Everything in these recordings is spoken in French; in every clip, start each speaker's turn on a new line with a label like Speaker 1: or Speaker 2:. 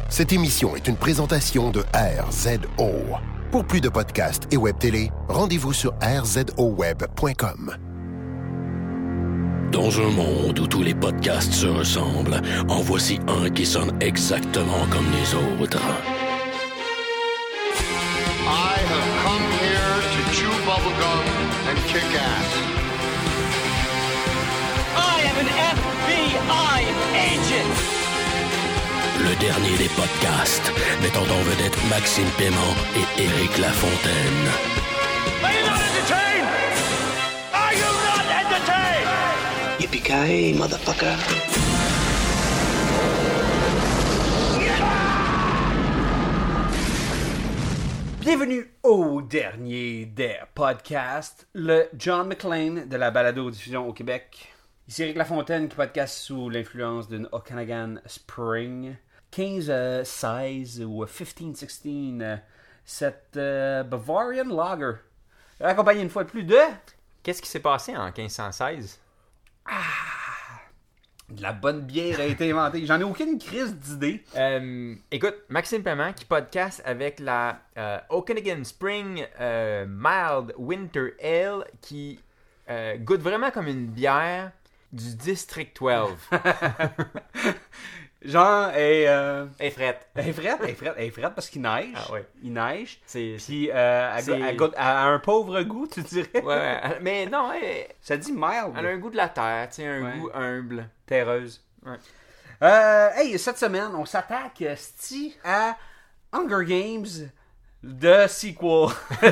Speaker 1: Cette émission est une présentation de RZO. Pour plus de podcasts et web télé, rendez-vous sur rzoweb.com.
Speaker 2: Dans un monde où tous les podcasts se ressemblent, en voici un qui sonne exactement comme les autres.
Speaker 3: I have come here to chew bubblegum and kick ass.
Speaker 4: I am an FBI agent!
Speaker 2: Le dernier des podcasts, mettant en vedette Maxime Paiement et Éric Lafontaine.
Speaker 4: Are you not entertained? Are you not entertained?
Speaker 5: Yippee-ki-yay, motherfucker.
Speaker 6: Bienvenue au dernier des podcasts, le John McClane de la balado-diffusion au Québec. Ici Éric Lafontaine qui podcast sous l'influence d'une Okanagan Spring 15-16 ou 15-16, cette Bavarian Lager, accompagnée une fois de plus de...
Speaker 7: Qu'est-ce qui s'est passé en 1516?
Speaker 6: De la bonne bière a été inventée. J'en ai aucune crise d'idée.
Speaker 7: Écoute, Maxime Paiement qui podcast avec la Okanagan Spring Mild Winter Ale qui goûte vraiment comme une bière du District 12.
Speaker 6: Genre,
Speaker 7: Et frette.
Speaker 6: elle est frette parce qu'il neige.
Speaker 7: Ah ouais.
Speaker 6: Il neige.
Speaker 7: C'est...
Speaker 6: Puis, elle goûte à un pauvre goût, tu dirais.
Speaker 7: Ouais, mais non,
Speaker 6: Ça dit mild.
Speaker 7: elle a un goût de la terre, tu sais, un
Speaker 6: Ouais.
Speaker 7: goût humble.
Speaker 6: Terreuse.
Speaker 7: Ouais.
Speaker 6: Hey, cette semaine, on s'attaque à Hunger Games, the sequel,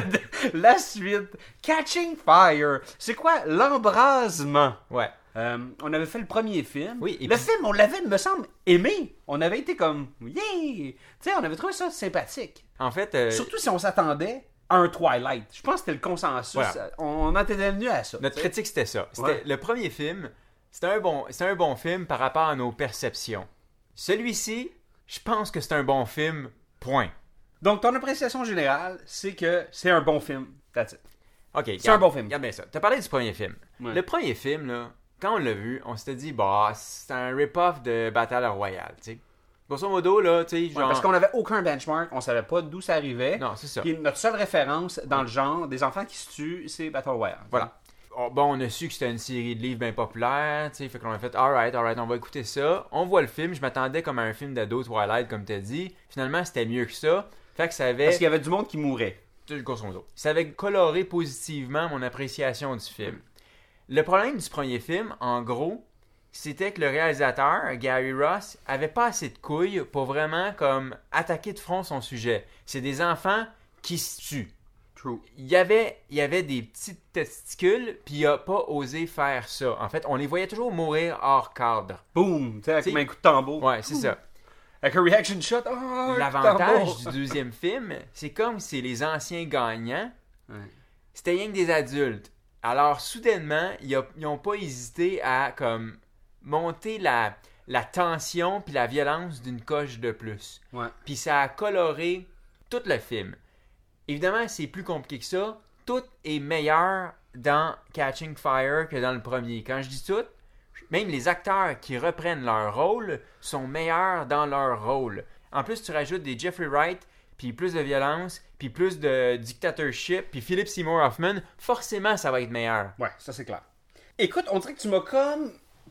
Speaker 6: la suite, Catching Fire. C'est quoi? L'embrasement.
Speaker 7: Ouais.
Speaker 6: On avait fait le premier film.
Speaker 7: Oui, et
Speaker 6: le
Speaker 7: puis-
Speaker 6: film, on l'avait, me semble, aimé. On avait été comme, yeah! Tu sais, on avait trouvé ça sympathique.
Speaker 7: En fait,
Speaker 6: Surtout si on s'attendait à un Twilight. Je pense que c'était le consensus.
Speaker 7: Voilà.
Speaker 6: On en était venu à ça.
Speaker 7: notre
Speaker 6: tu sais.
Speaker 7: critique, c'était ça. C'était
Speaker 6: Ouais.
Speaker 7: le premier film, c'était un bon film par rapport à nos perceptions. Celui-ci, je pense que c'est un bon film, point.
Speaker 6: Donc, ton appréciation générale, c'est que c'est un bon film. That's it.
Speaker 7: Ok,
Speaker 6: C'est un bon film.
Speaker 7: Regarde bien ça. T'as parlé du premier film.
Speaker 6: Ouais.
Speaker 7: Le premier film, là, quand on l'a vu, on s'était dit, bah, c'est un rip-off de Battle Royale, tu sais. Grosso modo, là, tu sais,
Speaker 6: Ouais,
Speaker 7: genre...
Speaker 6: parce qu'on n'avait aucun benchmark, on savait pas d'où ça arrivait.
Speaker 7: Non, c'est ça.
Speaker 6: Puis notre seule référence dans le genre des enfants qui se tuent, c'est Battle Royale.
Speaker 7: Voilà. Bon, on a su que c'était une série de livres bien populaire, tu sais, fait qu'on a fait, alright, on va écouter ça. On voit le film, je m'attendais comme à un film d'ado Twilight, comme t'as dit. Finalement, c'était mieux que ça. Fait que ça avait...
Speaker 6: Parce qu'il y avait du monde qui mourait.
Speaker 7: Grosso modo. Ça avait coloré positivement mon appréciation du film. Le problème du premier film, en gros, c'était que le réalisateur, Gary Ross, avait pas assez de couilles pour vraiment comme attaquer de front son sujet. C'est des enfants qui se tuent.
Speaker 6: True.
Speaker 7: Il y avait des petits testicules, puis il a pas osé faire ça. En fait, on les voyait toujours mourir hors cadre.
Speaker 6: Boum! Tu sais, avec
Speaker 7: T'sais-
Speaker 6: un coup de tambour.
Speaker 7: Ouais, c'est ça.
Speaker 6: Avec un reaction shot. Oh, un coup de
Speaker 7: L'avantage
Speaker 6: tambour.
Speaker 7: du deuxième film, c'est comme c'est les anciens gagnants,
Speaker 6: Ouais.
Speaker 7: c'était rien que des adultes. Alors, soudainement, ils n'ont pas hésité à comme monter la tension puis la violence d'une coche de plus.
Speaker 6: Ouais.
Speaker 7: Puis ça a coloré tout le film. Évidemment, c'est plus compliqué que ça. Tout est meilleur dans Catching Fire que dans le premier. Quand je dis tout, même les acteurs qui reprennent leur rôle sont meilleurs dans leur rôle. En plus, tu rajoutes des Jeffrey Wright, puis plus de violence, puis plus de dictatorship, puis Philip Seymour Hoffman, forcément, ça va être meilleur.
Speaker 6: Ouais, ça c'est clair. Écoute, on dirait que tu m'as comme...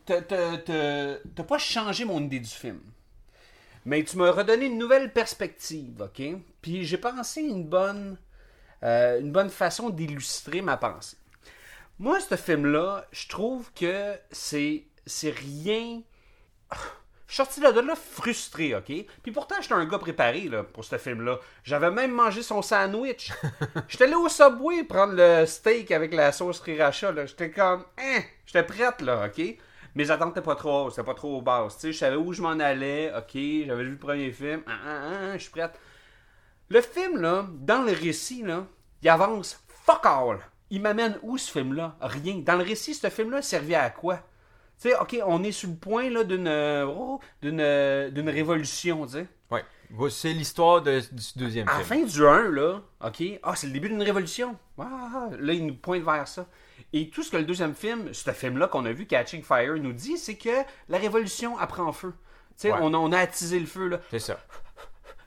Speaker 6: T'as pas changé mon idée du film. Mais tu m'as redonné une nouvelle perspective, OK? Puis j'ai pensé une bonne façon d'illustrer ma pensée. Moi, ce film-là, je trouve que c'est rien... Je suis sorti de là frustré, OK? Puis pourtant, j'étais un gars préparé là, pour ce film-là. J'avais même mangé son sandwich. J'étais allé au Subway prendre le steak avec la sauce sriracha. Là. J'étais comme... J'étais prête, là, OK? Mes attentes n'étaient pas trop hautes, c'était pas trop basses. Tu sais, je savais où je m'en allais, OK? J'avais vu le premier film. Je suis prête. Le film, là, dans le récit, là, il avance fuck all. Il m'amène où, ce film-là? Rien. Dans le récit, ce film-là servait à quoi? Tu sais, OK, on est sur le point là, d'une révolution, tu sais.
Speaker 7: Ouais. C'est l'histoire du deuxième
Speaker 6: À la
Speaker 7: film.
Speaker 6: fin du 1, là, OK, c'est le début d'une révolution. Là, il nous pointe vers ça. Et tout ce que le deuxième film, ce film-là qu'on a vu, Catching Fire, nous dit, c'est que la révolution, elle prend feu. Tu sais,
Speaker 7: Ouais.
Speaker 6: on a attisé le feu, là.
Speaker 7: C'est ça.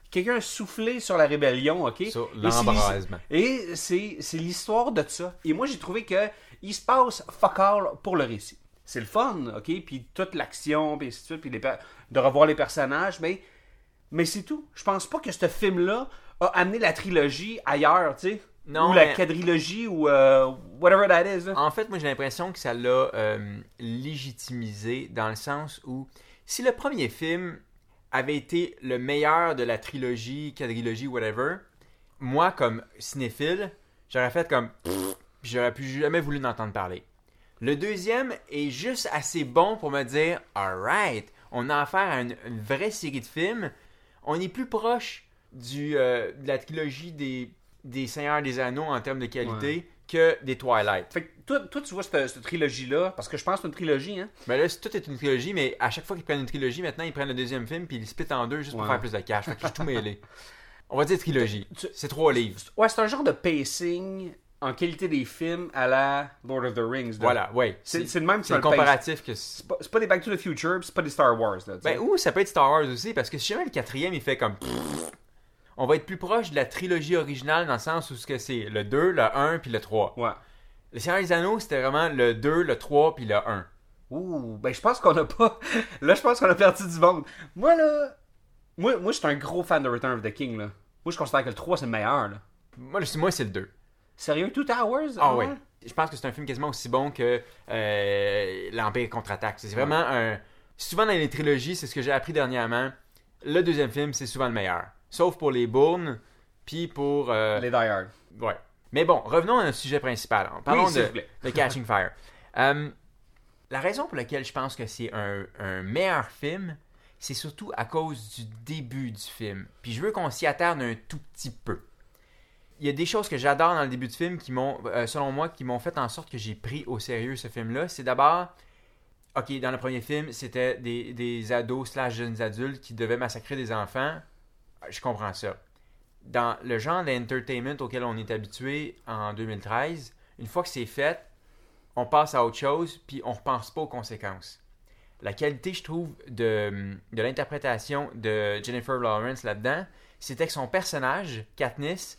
Speaker 6: quelqu'un a soufflé sur la rébellion, ok?
Speaker 7: Sur
Speaker 6: Et c'est
Speaker 7: l'embrasement.
Speaker 6: Et c'est l'histoire de ça. Et moi, j'ai trouvé que il se passe fuck all pour le récit. C'est le fun, ok? Puis toute l'action, puis ainsi de suite, puis de revoir les personnages, mais c'est tout. Je pense pas que ce film-là a amené la trilogie ailleurs, tu sais?
Speaker 7: Non,
Speaker 6: ou la
Speaker 7: mais-
Speaker 6: quadrilogie, ou whatever that is. Là.
Speaker 7: En fait, moi, j'ai l'impression que ça l'a légitimisé dans le sens où si le premier film avait été le meilleur de la trilogie, quadrilogie, whatever, moi, comme cinéphile, j'aurais fait comme... Puis j'aurais plus jamais voulu en entendre parler. Le deuxième est juste assez bon pour me dire « Alright, on a affaire à une vraie série de films. On est plus proche de la trilogie des Seigneurs des Anneaux en termes de qualité que des Twilight. »
Speaker 6: Fait que toi, tu vois cette trilogie-là, parce que je pense que c'est une trilogie, hein?
Speaker 7: Ben là, tout est une trilogie, mais à chaque fois qu'ils prennent une trilogie, maintenant, ils prennent le deuxième film puis ils le splitent en deux juste pour
Speaker 6: Ouais.
Speaker 7: faire plus de cash. Fait que j'ai tout mêlé. On va dire trilogie.
Speaker 6: Tu-
Speaker 7: C'est 3 livres.
Speaker 6: Ouais, c'est un genre de pacing en qualité des films à la Lord of the Rings. là.
Speaker 7: Voilà, ouais.
Speaker 6: C'est le même
Speaker 7: C'est le
Speaker 6: pace.
Speaker 7: comparatif que...
Speaker 6: C'est pas des Back to the Future, pis c'est pas des Star Wars. Là, tu sais.
Speaker 7: Ben, ou ça peut être Star Wars aussi, parce que si jamais le quatrième, il fait comme... On va être plus proche de la trilogie originale dans le sens où ce que c'est le 2, le 1 puis le 3.
Speaker 6: Ouais.
Speaker 7: Le Seigneur des Anneaux, c'était vraiment le 2, le 3 puis le 1.
Speaker 6: Ouh, ben je pense qu'on a pas... Là, je pense qu'on a perdu du monde. Moi, là... Moi, je suis un gros fan de Return of the King, là. Moi, je considère que le 3, c'est le meilleur, là.
Speaker 7: Moi, c'est le 2.
Speaker 6: Sérieux, Two Towers?
Speaker 7: Ah ouais. Je pense que c'est un film quasiment aussi bon que l'Empire contre-attaque. C'est vraiment un... Souvent dans les trilogies, c'est ce que j'ai appris dernièrement, le deuxième film, c'est souvent le meilleur. Sauf pour les Bourne, puis pour...
Speaker 6: Les Die Hard.
Speaker 7: Ouais. Mais bon, revenons à notre sujet principal. Parlons
Speaker 6: Oui, s'il vous plaît.
Speaker 7: de Catching Fire. La raison pour laquelle je pense que c'est un meilleur film, c'est surtout à cause du début du film. Puis je veux qu'on s'y attarde un tout petit peu. Il y a des choses que j'adore dans le début du film qui m'ont, selon moi, qui m'ont fait en sorte que j'ai pris au sérieux ce film-là. C'est d'abord, ok, dans le premier film, c'était des ados / jeunes adultes qui devaient massacrer des enfants. Je comprends ça. Dans le genre d'entertainment auquel on est habitué en 2013, une fois que c'est fait, on passe à autre chose, puis on ne repense pas aux conséquences. La qualité, je trouve, de l'interprétation de Jennifer Lawrence là-dedans, c'était que son personnage, Katniss,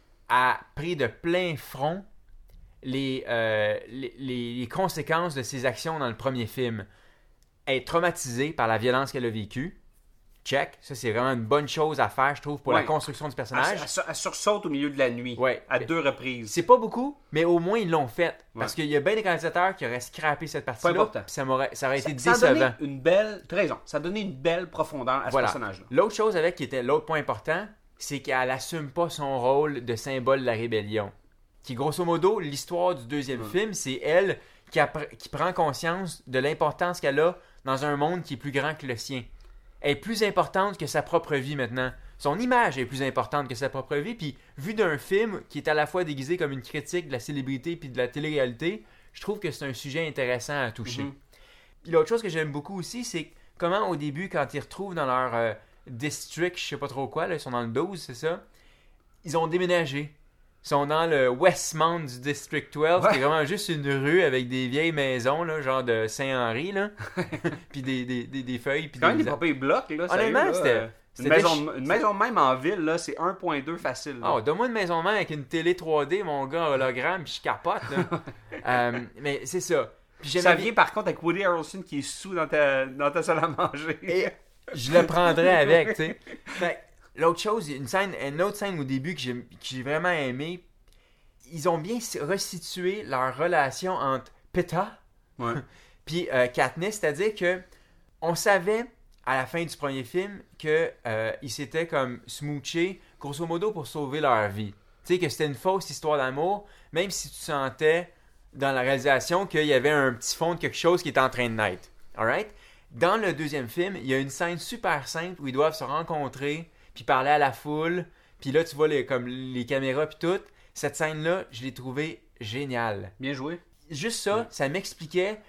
Speaker 7: a pris de plein front les conséquences de ses actions dans le premier film. Elle est traumatisée par la violence qu'elle a vécue. Check. Ça, c'est vraiment une bonne chose à faire, je trouve, pour la
Speaker 6: Ouais.
Speaker 7: construction du personnage.
Speaker 6: Elle sursaute au milieu de la nuit.
Speaker 7: Ouais.
Speaker 6: À 2 reprises.
Speaker 7: C'est pas beaucoup, mais au moins ils l'ont fait. Parce
Speaker 6: Ouais.
Speaker 7: qu'il y a bien des réalisateurs qui auraient scrappé cette partie-là.
Speaker 6: important.
Speaker 7: Puis ça aurait été
Speaker 6: Ça a donné
Speaker 7: décevant.
Speaker 6: une belle... T'as raison. Ça a donné une belle profondeur à
Speaker 7: Voilà.
Speaker 6: ce personnage-là.
Speaker 7: L'autre chose avec qui était l'autre point important, c'est qu'elle assume pas son rôle de symbole de la rébellion. Qui, grosso modo, l'histoire du deuxième film, c'est elle qui prend conscience de l'importance qu'elle a dans un monde qui est plus grand que le sien. Elle est plus importante que sa propre vie maintenant. Son image est plus importante que sa propre vie, puis vu d'un film qui est à la fois déguisé comme une critique de la célébrité puis de la télé-réalité, je trouve que c'est un sujet intéressant à toucher. Puis l'autre chose que j'aime beaucoup aussi, c'est comment au début, quand ils retrouvent dans leur district, je sais pas trop quoi, là, ils sont dans le 12, c'est ça, ils ont déménagé. Ils sont dans le Westmount du District 12, qui est vraiment juste une rue avec des vieilles maisons, là, genre de Saint-Henri, là. Puis des feuilles. Puis
Speaker 6: Quand même
Speaker 7: des
Speaker 6: des papiers blocs, là.
Speaker 7: Honnêtement,
Speaker 6: sérieux, là.
Speaker 7: c'était
Speaker 6: Une maison même en ville, là, c'est 1.2 facile. là.
Speaker 7: Oh, donne-moi une maison mère avec une télé 3D, mon gars, hologramme, puis je capote, là. Mais c'est ça. Puis
Speaker 6: Ça vient par contre avec Woody Harrelson qui est sous dans ta salle à manger.
Speaker 7: Et je le prendrais avec, tu sais. Fait que l'autre chose, il y a une autre scène au début que j'ai vraiment aimé. Ils ont bien resitué leur relation entre Peta
Speaker 6: Ouais.
Speaker 7: puis Katniss, c'est-à-dire que on savait à la fin du premier film que ils s'étaient comme smoochés, grosso modo pour sauver leur vie. Tu sais que c'était une fausse histoire d'amour, même si tu sentais dans la réalisation qu'il y avait un petit fond de quelque chose qui était en train de naître. Alright? Dans le deuxième film, il y a une scène super simple où ils doivent se rencontrer, puis parler à la foule, puis là tu vois les caméras puis tout. Cette scène-là, je l'ai trouvée géniale.
Speaker 6: Bien joué.
Speaker 7: Juste ça, ça m'expliquait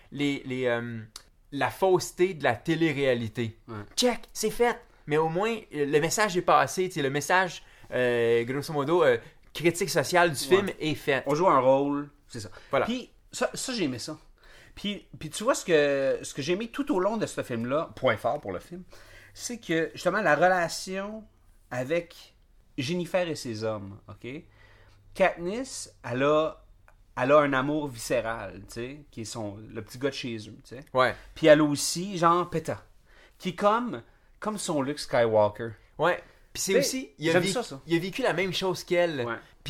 Speaker 7: la fausseté de la télé-réalité.
Speaker 6: Ouais.
Speaker 7: Check, c'est fait. Mais au moins, le message est passé. Tu sais, le message, grosso modo, critique sociale du film est fait.
Speaker 6: On joue un rôle, c'est ça.
Speaker 7: Voilà.
Speaker 6: Puis ça j'ai aimé ça. Puis tu vois ce que j'ai aimé tout au long de ce film-là, point fort pour le film, c'est que justement la relation avec Jennifer et ses hommes, ok? Katniss, elle a un amour viscéral, tu sais, qui est le petit gars de chez eux, tu sais.
Speaker 7: Ouais.
Speaker 6: Puis elle a aussi, genre, Peta, qui est comme son Luke Skywalker.
Speaker 7: Ouais. Puis c'est
Speaker 6: T'sais,
Speaker 7: aussi...
Speaker 6: j'aime ça.
Speaker 7: Il a vécu la même chose qu'elle.
Speaker 6: Ouais.